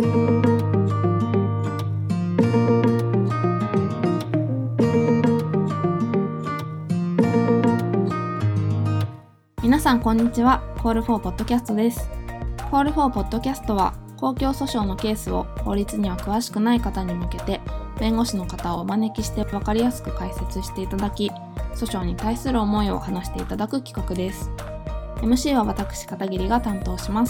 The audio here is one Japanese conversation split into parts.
皆さんこんにちは。コールフォーポッドキャストです。コールフォーポッドキャストは公共訴訟のケースを法律には詳しくない方に向けて弁護士の方をお招きして分かりやすく解説していただき、訴訟に対する思いを話していただく企画です。MC は私片桐が担当します。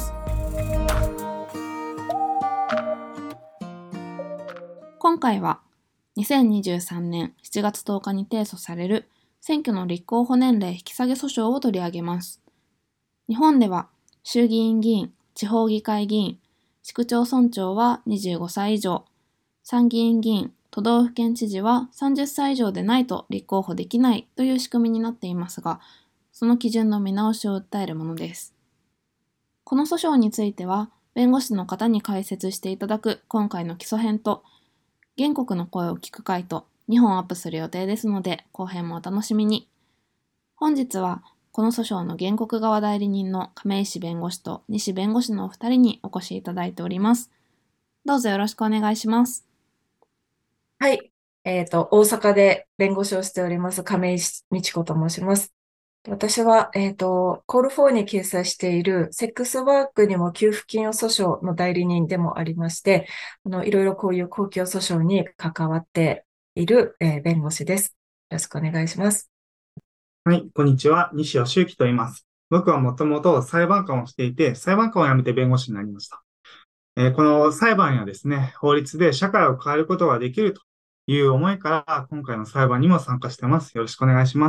今回は2023年7月10日に提訴される選挙の立候補年齢引き下げ訴訟を取り上げます。日本では衆議院議員、地方議会議員、市区町村長は25歳以上、参議院議員、都道府県知事は30歳以上でないと立候補できないという仕組みになっていますが、その基準の見直しを訴えるものです。この訴訟については、弁護士の方に解説していただく今回の基礎編と、原告の声を聞く回と2本アップする予定ですので、後編もお楽しみに。本日は、この訴訟の原告側代理人の亀石弁護士と西弁護士のお二人にお越しいただいております。どうぞよろしくお願いします。 はい。大阪で弁護士をしております、亀石美智子と申します。私は、コール4に掲載しているセックスワークにも給付金を訴訟の代理人でもありまして、いろいろこういう公共訴訟に関わっている、弁護士です。よろしくお願いします。 はい、こんにちは。西尾修樹と言います。僕はもともと裁判官をしていて、裁判官を辞めて弁護士になりました。この裁判やですね、法律で社会を変えることができるという思いから、今回の裁判にも参加しています。よろしくお願いします。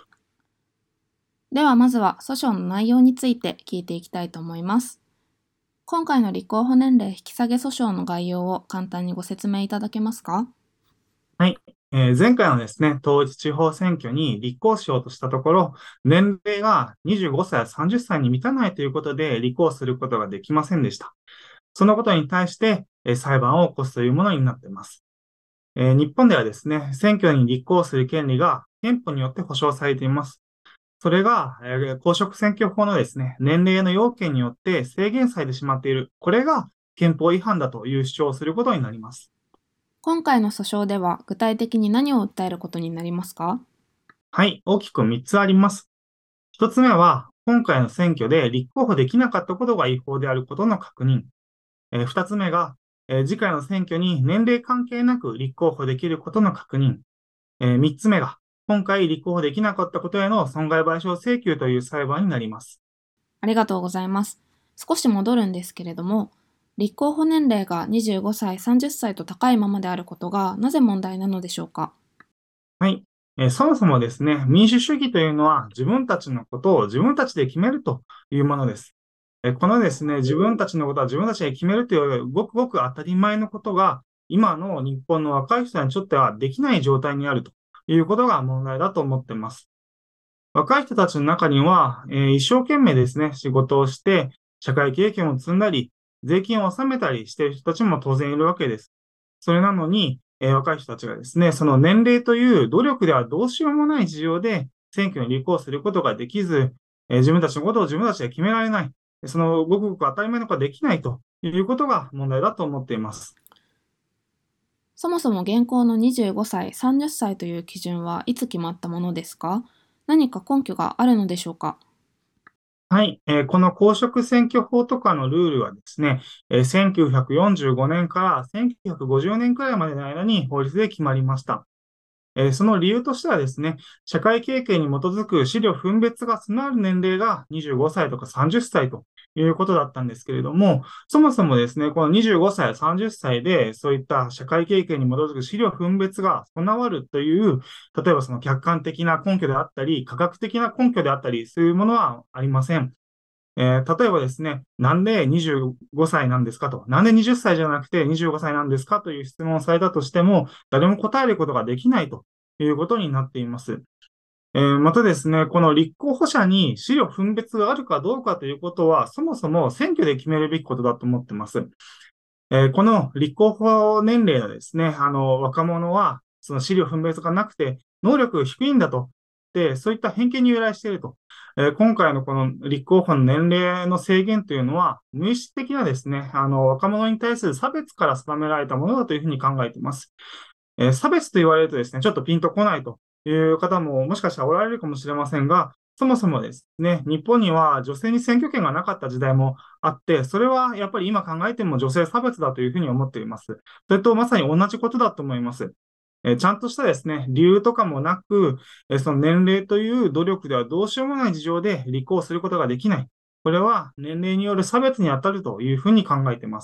ではまずは訴訟の内容について聞いていきたいと思います。今回の立候補年齢引き下げ訴訟の概要を簡単にご説明いただけますか？ はい。前回のですね、統一地方選挙に立候補しようとしたところ、年齢が25歳や30歳に満たないということで立候補することができませんでした。そのことに対して、裁判を起こすというものになっています。日本ではですね、選挙に立候補する権利が憲法によって保障されています。それが、公職選挙法のですね、年齢の要件によって制限されてしまっている。これが憲法違反だという主張をすることになります。 今回の訴訟では具体的に何を訴えることになりますか？ はい、大きく3つあります。1つ目は、今回の選挙で立候補できなかったことが違法であることの確認。2つ目が、次回の選挙に年齢関係なく立候補できることの確認。3つ目が、今回立候補できなかったことへの損害賠償請求という裁判になります。 ありがとうございます。少し戻るんですけれども、立候補年齢が25歳、30歳と高いままであることがなぜ問題なのでしょうか？ はい。そもそもですね、民主主義というのは自分たちのことを自分たちで決めるというものです。このですね、自分たちのことは自分たちで決めるというごくごく当たり前のことが、今の日本の若い人にとってはできない状態にあるということが問題だと思っています。若い人たちの中には、一生懸命ですね、仕事をして、社会経験を積んだり、税金を納めたりしている人たちも当然いるわけです。それなのに、若い人たちがですね、その年齢という努力ではどうしようもない事情で選挙に立候補することができず、自分たちのことを自分たちで決められない、そのごくごく当たり前のことができないということが問題だと思っています。 そもそも現行の25歳、30歳という基準はいつ決まったものですか？何か根拠があるのでしょうか？ はい、この公職選挙法とかのルールはですね、1945年から1950年くらいまでの間に法律で決まりました。その理由としてはですね、社会経験に基づく資料分別が備わる年齢が25歳とか30歳ということだったんですけれども、そもそもですね、この25歳、30歳でそういった社会経験に基づく資料分別が備わるという、例えばその客観的な根拠であったり、科学的な根拠であったり、そういうものはありません。例えばですね、なんで25歳なんですかと、なんで20歳じゃなくて25歳なんですかという質問をされたとしても、誰も答えることができないということになっています。またですね、この立候補者に資料分別があるかどうかということは、そもそも選挙で決めるべきことだと思っています。この立候補年齢のですね、若者は、その資料分別がなくて、能力低いんだと 、そういった偏見に由来していると。今回のこの立候補の年齢の制限というのは、無意識的なですね、若者に対する差別から定められたものだというふうに考えています。差別と言われるとですね、ちょっとピンとこないという方ももしかしたらおられるかもしれませんが、そもそもですね、日本には女性に選挙権がなかった時代もあって、それはやっぱり今考えても女性差別だというふうに思っています。それとまさに同じことだと思います。ちゃんとしたですね、理由とかもなく、その年齢という努力ではどうしようもない事情で立候補することができない。これは年齢による差別に当たるというふうに考えています。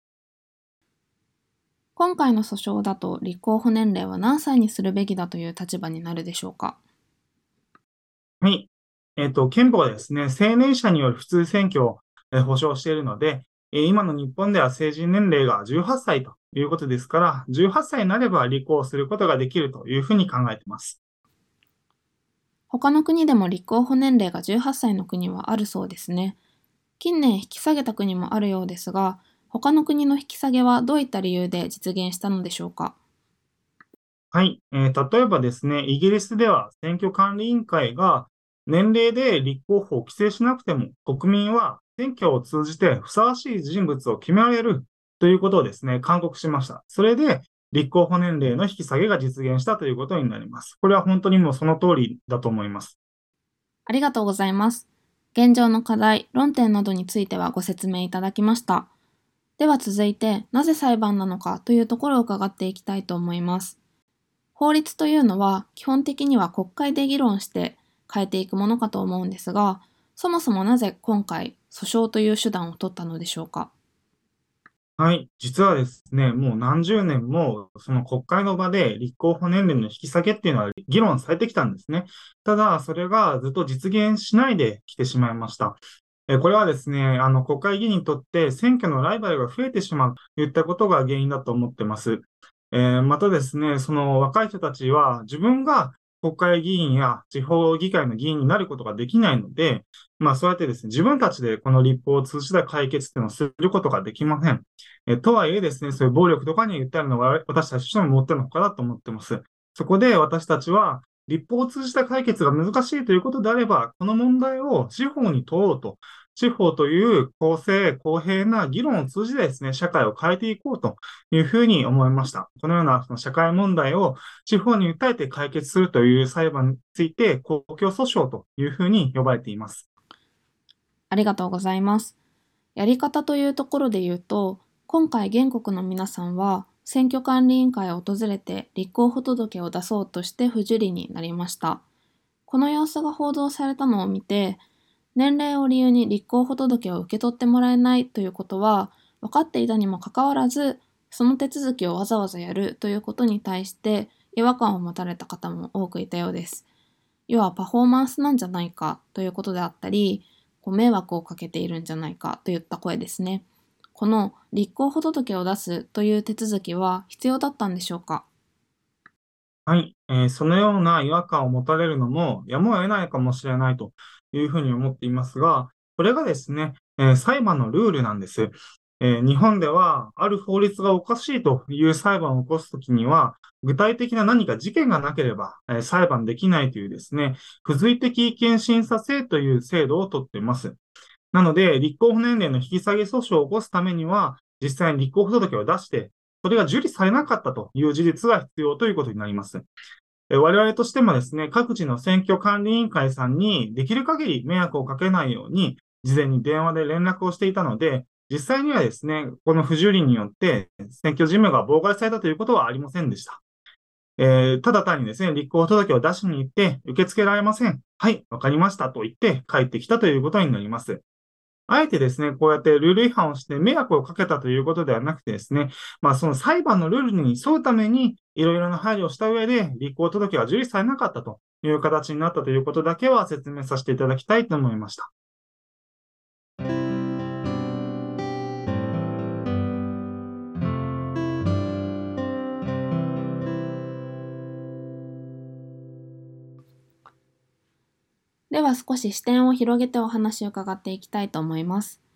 今回の訴訟だと立候補年齢は何歳にするべきだという立場になるでしょうか。 はい。憲法はですね、成年者による普通選挙を保障しているので、今の日本では成人年齢が18歳ということですから、18歳になれば立候補することができるというふうに考えています。 他の国でも立候補年齢が18歳の国はあるそうですね。近年引き下げた国もあるようですが、他の国の引き下げはどういった理由で実現したのでしょうか。 はい。例えばですね、イギリスでは選挙管理委員会が年齢で立候補を規制しなくても、国民は選挙を通じてふさわしい人物を決められるということをですね、勧告しました。それで、立候補年齢の引き下げが実現したということになります。これは本当にもうその通りだと思います。 ありがとうございます。現状の課題、論点などについてはご説明いただきました。では続いて、なぜ裁判なのかというところを伺っていきたいと思います。法律というのは基本的には国会で議論して変えていくものかと思うんですが、そもそもなぜ今回訴訟という手段を取ったのでしょうか。 はい。実はですね、もう何十年も、その国会の場で立候補年齢の引き下げっていうのは議論されてきたんですね。ただ、それがずっと実現しないできてしまいました。これはですね、国会議員にとって選挙のライバルが増えてしまうといったことが原因だと思ってます。またですね、その若い人たちは自分が国会議員や地方議会の議員になることができないので、そうやってですね、自分たちでこの立法を通じた解決っていうのをすることができません。とはいえですね、そういう暴力とかに訴えるのは私たちとしてももってのほかだと思ってます。そこで私たちは立法を通じた解決が難しいということであれば、この問題を司法に問おうと、司法という公正、公平な議論を通じてですね、社会を変えていこうというふうに思いました。このようなその社会問題を司法に訴えて解決するという裁判について、公共訴訟というふうに呼ばれています。 ありがとうございます。やり方というところで言うと、今回原告の皆さんは選挙管理委員会を訪れて立候補届を出そうとして不受理になりました。この様子が報道されたのを見て、年齢を理由に立候補届を受け取ってもらえないということは分かっていたにもかかわらず、その手続きをわざわざやるということに対して違和感を持たれた方も多くいたようです。要はパフォーマンスなんじゃないかということであったり、迷惑をかけているんじゃないかといった声ですね。この立候補届を出すという手続きは必要だったんでしょうか。 はい。そのような違和感を持たれるのもやむを得ないかもしれないというふうに思っていますが、これがですね、裁判のルールなんです。日本では、ある法律がおかしいという裁判を起こすときには、具体的な何か事件がなければ、裁判できないというですね、付随的意見審査制という制度をとっています。なので、立候補年齢の引き下げ訴訟を起こすためには、実際に立候補届を出して、それが受理されなかったという事実が必要ということになります。我々としてもですね、各地の選挙管理委員会さんにできる限り迷惑をかけないように、事前に電話で連絡をしていたので、実際にはですね、この不受理によって選挙事務が妨害されたということはありませんでした。ただ単にですね、立候補届を出しに行って、受け付けられません。はい、わかりましたと言って帰ってきたということになります。あえてですね、こうやってルール違反をして迷惑をかけたということではなくてですね、その裁判のルールに沿うために、いろいろな配慮をした上で、立候補届が受理されなかったという形になったということだけは説明させていただきたいと思いました。 では少し視点を広げてお話を伺っていきたいと思います。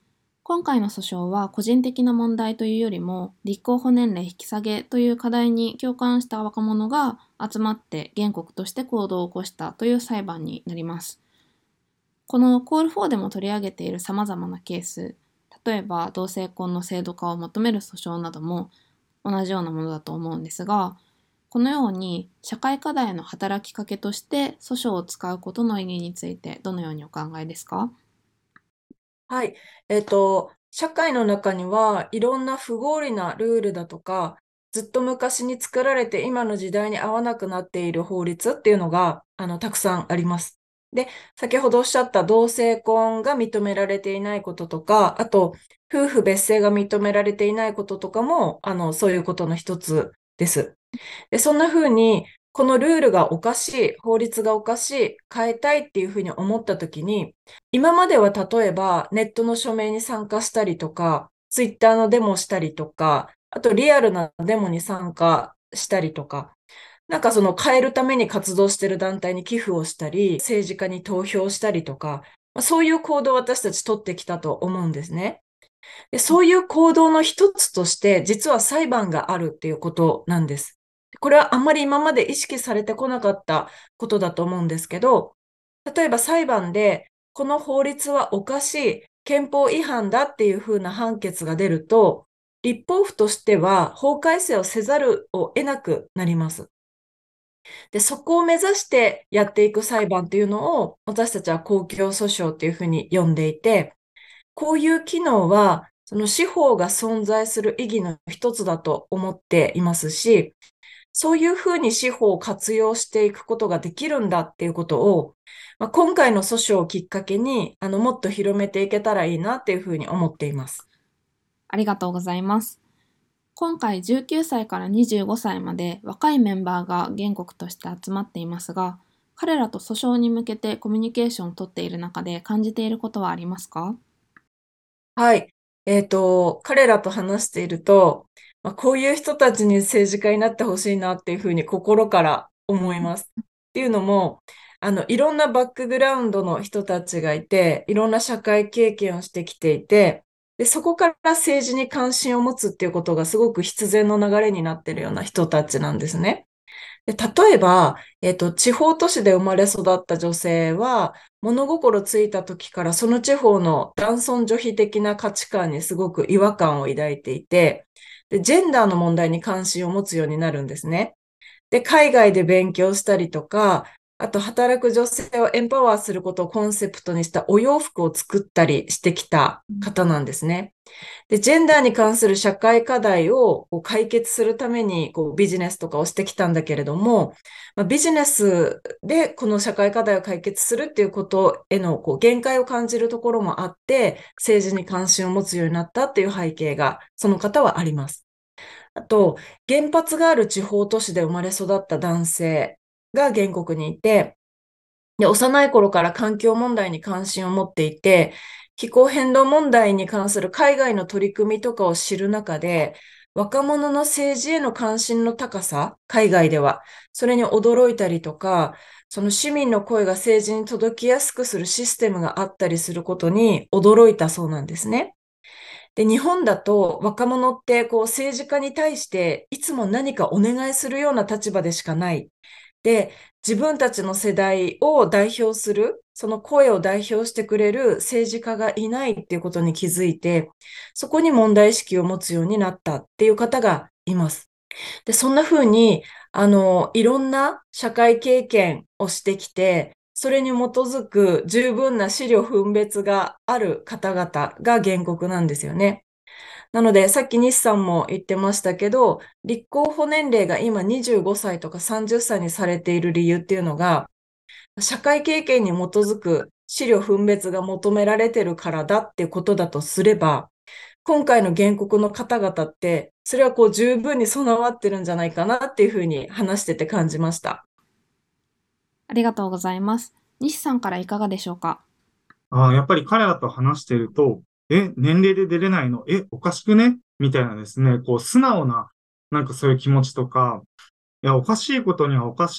今回の訴訟は個人的な問題というよりも、立候補年齢引き下げという課題に共感した若者が集まって原告として行動を起こしたという裁判になります。このコール4でも取り上げている様々なケース、例えば同性婚の制度化を求める訴訟なども同じようなものだと思うんですが、このように社会課題の働きかけとして訴訟を使うことの意義についてどのようにお考えですか？ はい。社会の中にはいろんな不合理なルールだとか、ずっと昔に作られて今の時代に合わなくなっている法律っていうのが、たくさんあります。で、先ほどおっしゃった同性婚が認められていないこととか、あと、夫婦別姓が認められていないこととかも、そういうことの一つです。で、そんな風に、このルールがおかしい、法律がおかしい、変えたいっていう風に思ったときに、今までは例えばネットの署名に参加したりとか、ツイッターのデモしたりとか、あとリアルなデモに参加したりとか、なんかその変えるために活動してる団体に寄付をしたり、政治家に投票したりとか、そういう行動を私たち取ってきたと思うんですね。で、そういう行動の一つとして、実は裁判があるっていうことなんです。これはあんまり今まで意識されてこなかったことだと思うんですけど、例えば裁判で、この法律はおかしい、憲法違反だっていう風な判決が出ると、立法府としては法改正をせざるを得なくなります。で、そこを目指してやっていく裁判っていうのを、私たちは公共訴訟っていうふうに呼んでいて、こういう機能は、その司法が存在する意義の一つだと思っていますし、そういうふうに司法を活用していくことができるんだっていうことを、今回の訴訟をきっかけに、もっと広めていけたらいいなっていうふうに思っています。 ありがとうございます。今回19歳から25歳まで若いメンバーが原告として集まっていますが、彼らと訴訟に向けてコミュニケーションをとっている中で感じていることはありますか？ はい。彼らと話していると、こういう人たちに政治家になってほしいなっていうふうに心から思います。っていうのも、いろんなバックグラウンドの人たちがいて、いろんな社会経験をしてきていて、で、そこから政治に関心を持つっていうことがすごく必然の流れになっているような人たちなんですね。で、例えば、地方都市で生まれ育った女性は、物心ついた時からその地方の男尊女卑的な価値観にすごく違和感を抱いていて、で、ジェンダーの問題に関心を持つようになるんですね。で、海外で勉強したりとか、あと働く女性をエンパワーすることをコンセプトにしたお洋服を作ったりしてきた方なんですね。で、ジェンダーに関する社会課題を解決するためにビジネスとかをしてきたんだけれども、ビジネスでこの社会課題を解決するっていうことへの限界を感じるところもあって、政治に関心を持つようになったっていう背景が、その方はあります。あと、原発がある地方都市で生まれ育った男性が原告にいて、で、幼い頃から環境問題に関心を持っていて、気候変動問題に関する海外の取り組みとかを知る中で、若者の政治への関心の高さ、海外では、それに驚いたりとか、その市民の声が政治に届きやすくするシステムがあったりすることに驚いたそうなんですね。で、日本だと若者って政治家に対していつも何かお願いするような立場でしかない。で、自分たちの世代を代表する、その声を代表してくれる政治家がいないっていうことに気づいて、そこに問題意識を持つようになったっていう方がいます。で、そんな風に、いろんな社会経験をしてきて、それに基づく十分な資料分別がある方々が原告なんですよね。なので、さっき西さんも言ってましたけど、立候補年齢が今25歳とか30歳にされている理由っていうのが、社会経験に基づく資料分別が求められてるからだっていうことだとすれば、今回の原告の方々って、それは十分に備わってるんじゃないかなっていうふうに話してて感じました。 ありがとうございます。西さんからいかがでしょうか？ やっぱり彼らと話していると、年齢で出れないのおかしくねみたいなですね、素直な、なんかそういう気持ちとか、いや、おかしいことにはおかしいっ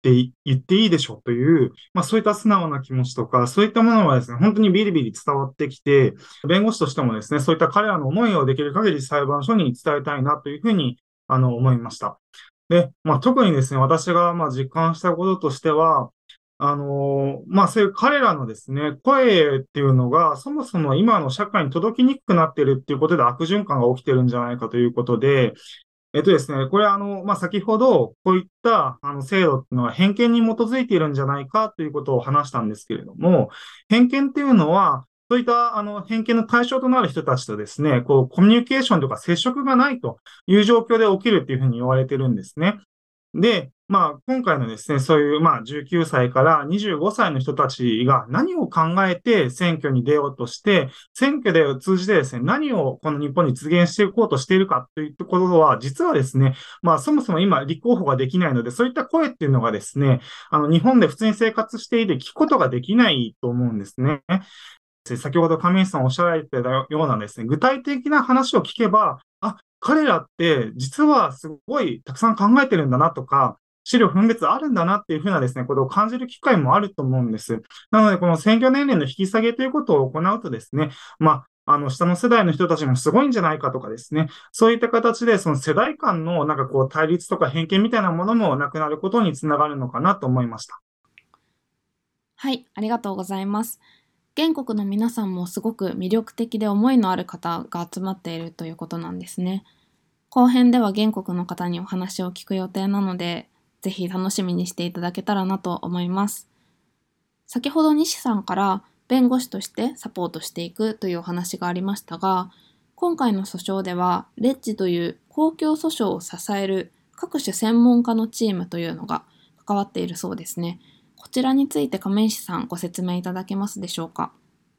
言っていいでしょという、そういった素直な気持ちとか、そういったものはですね、本当にビリビリ伝わってきて、弁護士としてもですね、そういった彼らの思いをできる限り裁判所に伝えたいなというふうに、思いました。で、特にですね、私が実感したこととしては、そういう彼らのですね、声っていうのが、そもそも今の社会に届きにくくなっているっていうことで悪循環が起きてるんじゃないかということで、ですね、これ先ほど、こういった、制度っていうのは偏見に基づいているんじゃないかということを話したんですけれども、偏見っていうのは、そういった、偏見の対象となる人たちとですね、コミュニケーションとか接触がないという状況で起きるっていうふうに言われてるんですね。で、今回のですね、そういう、19歳から25歳の人たちが何を考えて選挙に出ようとして、選挙で通じてですね、何をこの日本に実現していこうとしているかといったことは、実はですね、そもそも今立候補ができないので、そういった声っていうのがですね、日本で普通に生活していて聞くことができないと思うんですね。先ほど亀井さんおっしゃられてたようなですね、具体的な話を聞けば、彼らって実はすごいたくさん考えてるんだなとか、資料分別あるんだなっていうふうなですね、ことを感じる機会もあると思うんです。なので、この選挙年齢の引き下げということを行うとですね、下の世代の人たちもすごいんじゃないかとかですね、そういった形で、その世代間の対立とか偏見みたいなものもなくなることにつながるのかなと思いました。 はい、ありがとうございます。原告の皆さんもすごく魅力的で思いのある方が集まっているということなんですね。後編では原告の方にお話を聞く予定なので、ぜひ楽しみにしていただけたらなと思います。先ほど西さんから弁護士としてサポートしていくというお話がありましたが、今回の訴訟ではレッジという公共訴訟を支える各種専門家のチームというのが関わっているそうですね。こちらについて亀石さんご説明いただけますでしょうか。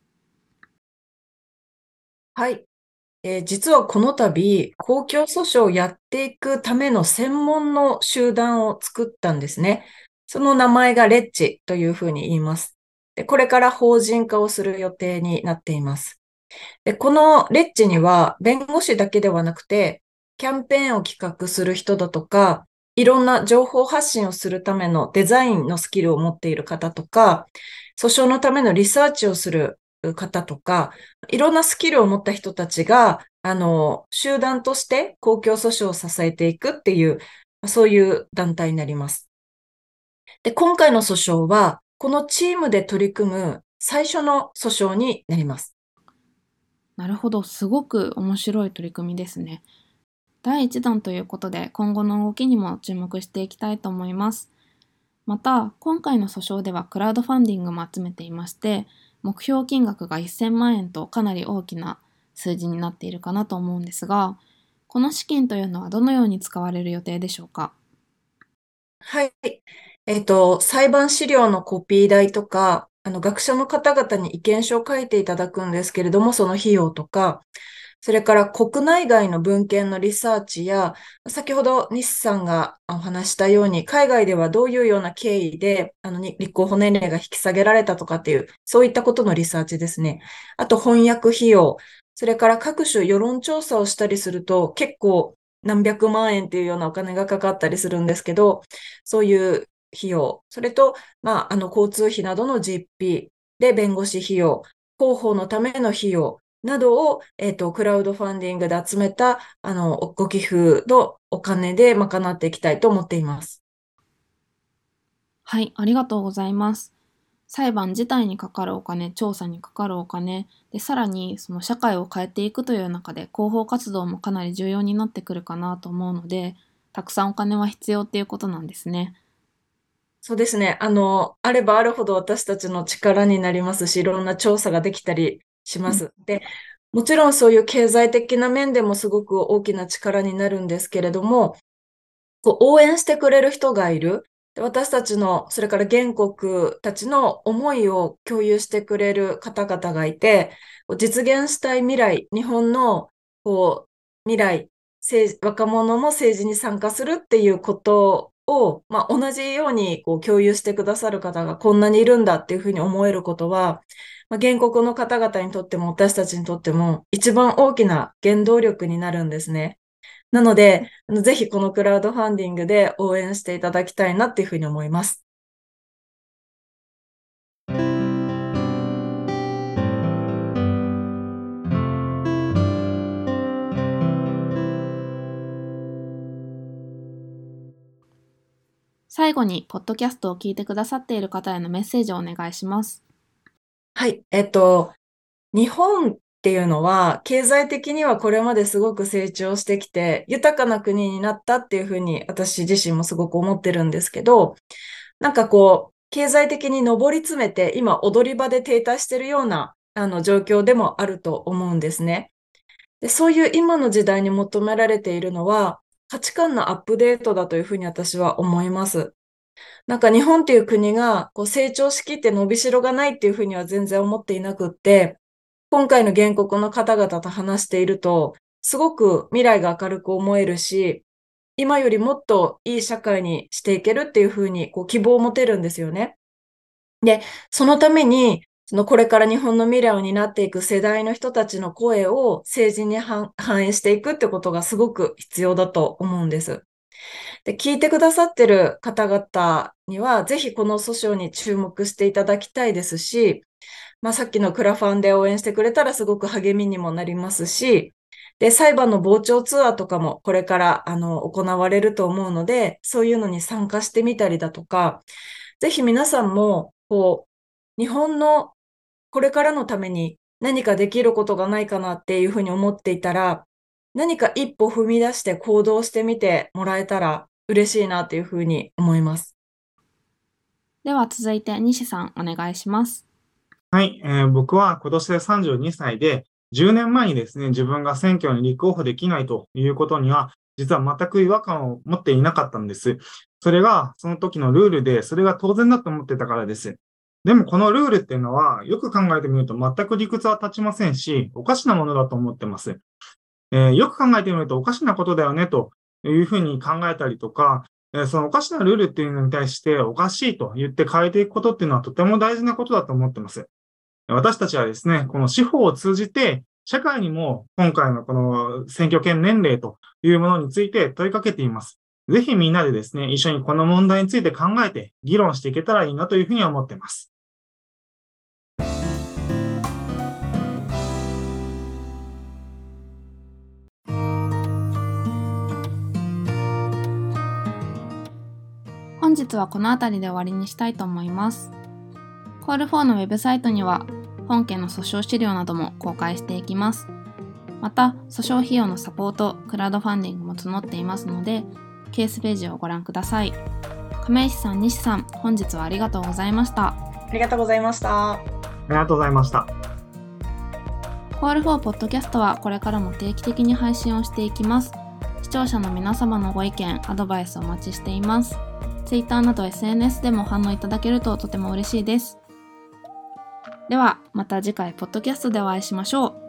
はい。実はこの度、公共訴訟をやっていくための専門の集団を作ったんですね。その名前がレッジというふうに言います。で、これから法人化をする予定になっています。で、このレッジには弁護士だけではなくて、キャンペーンを企画する人だとか、いろんな情報発信をするためのデザインのスキルを持っている方とか、訴訟のためのリサーチをする方とか、いろんなスキルを持った人たちが、集団として公共訴訟を支えていくっていう、そういう団体になります。で、今回の訴訟は、このチームで取り組む最初の訴訟になります。 なるほど、すごく面白い取り組みですね。第1弾ということで今後の動きにも注目していきたいと思います。また、今回の訴訟ではクラウドファンディングも集めていまして、目標金額が1000万円とかなり大きな数字になっているかなと思うんですが、この資金というのはどのように使われる予定でしょうか。 はい。裁判資料のコピー代とか、学者の方々に意見書を書いていただくんですけれども、その費用とか、それから国内外の文献のリサーチや、先ほど西さんがお話したように、海外ではどういうような経緯で、立候補年齢が引き下げられたとかっていう、そういったことのリサーチですね。あと翻訳費用、それから各種世論調査をしたりすると、結構何百万円っていうようなお金がかかったりするんですけど、そういう費用、それと、交通費などの実費で弁護士費用、広報のための費用などを、クラウドファンディングで集めた、ご寄付のお金で賄っていきたいと思っています。 はい、ありがとうございます。裁判自体にかかるお金、調査にかかるお金、で、さらにその社会を変えていくという中で広報活動もかなり重要になってくるかなと思うので、たくさんお金は必要っていうことなんですね。 そうですね。あればあるほど私たちの力になりますし、いろんな調査ができたりしまうん、 す。で、もちろんそういう経済的な面でもすごく大きな力になるんですけれども、応援してくれる人がいる。で、私たちの、それから原告たちの思いを共有してくれる方々がいて、実現したい未来、日本の未来、若者も政治に参加するっていうことを、同じように共有してくださる方がこんなにいるんだっていうふうに思えることは、原告の方々にとっても私たちにとっても一番大きな原動力になるんですね。 なので、ぜひこのクラウドファンディングで応援していただきたいなっていうふうに思います。 最後に、ポッドキャストを聞いてくださっている方へのメッセージをお願いします。 はい。日本っていうのは、経済的にはこれまですごく成長してきて、豊かな国になったっていうふうに私自身もすごく思ってるんですけど、なんかこう、経済的に上り詰めて、今踊り場で停滞してるような、状況でもあると思うんですね。で、そういう今の時代に求められているのは、価値観のアップデートだというふうに私は思います。なんか日本っていう国がこう成長しきって伸びしろがないっていうふうには全然思っていなくって、今回の原告の方々と話していると、すごく未来が明るく思えるし、今よりもっといい社会にしていけるっていうふうにこう希望を持てるんですよね。で、そのために、これから日本の未来を担っていく世代の人たちの声を政治に反映していくってことがすごく必要だと思うんです。で、聞いてくださってる方々には、ぜひこの訴訟に注目していただきたいですし、さっきのクラファンで応援してくれたらすごく励みにもなりますし、で、裁判の傍聴ツアーとかもこれから行われると思うので、そういうのに参加してみたりだとか、ぜひ皆さんも、日本のこれからのために何かできることがないかなっていうふうに思っていたら、何か一歩踏み出して行動してみてもらえたら嬉しいなっていうふうに思います。 では続いて西さんお願いします。 はい、僕は今年で32歳で、10年前にですね、自分が選挙に立候補できないということには、実は全く違和感を持っていなかったんです。それが、その時のルールで、それが当然だと思ってたからです。でも、このルールっていうのは、よく考えてみると全く理屈は立ちませんし、おかしなものだと思ってます。よく考えてみるとおかしなことだよねというふうに考えたりとか、そのおかしなルールっていうのに対しておかしいと言って変えていくことっていうのはとても大事なことだと思ってます。私たちはですね、この司法を通じて、社会にも今回のこの選挙権年齢というものについて問いかけています。ぜひみんなでですね、一緒にこの問題について考えて議論していけたらいいなというふうに思っています。 本日はこの辺りで終わりにしたいと思います。コール4のウェブサイトには本件の訴訟資料なども公開していきます。また、訴訟費用のサポート、クラウドファンディングも募っていますので、ケースページをご覧ください。亀石さん、西さん、本日はありがとうございました。 ありがとうございました。 ありがとうございました。 コール4ポッドキャストはこれからも定期的に配信をしていきます。視聴者の皆様のご意見、アドバイスをお待ちしています。Twitter など SNS でも反応いただけるととても嬉しいです。では、また次回ポッドキャストでお会いしましょう。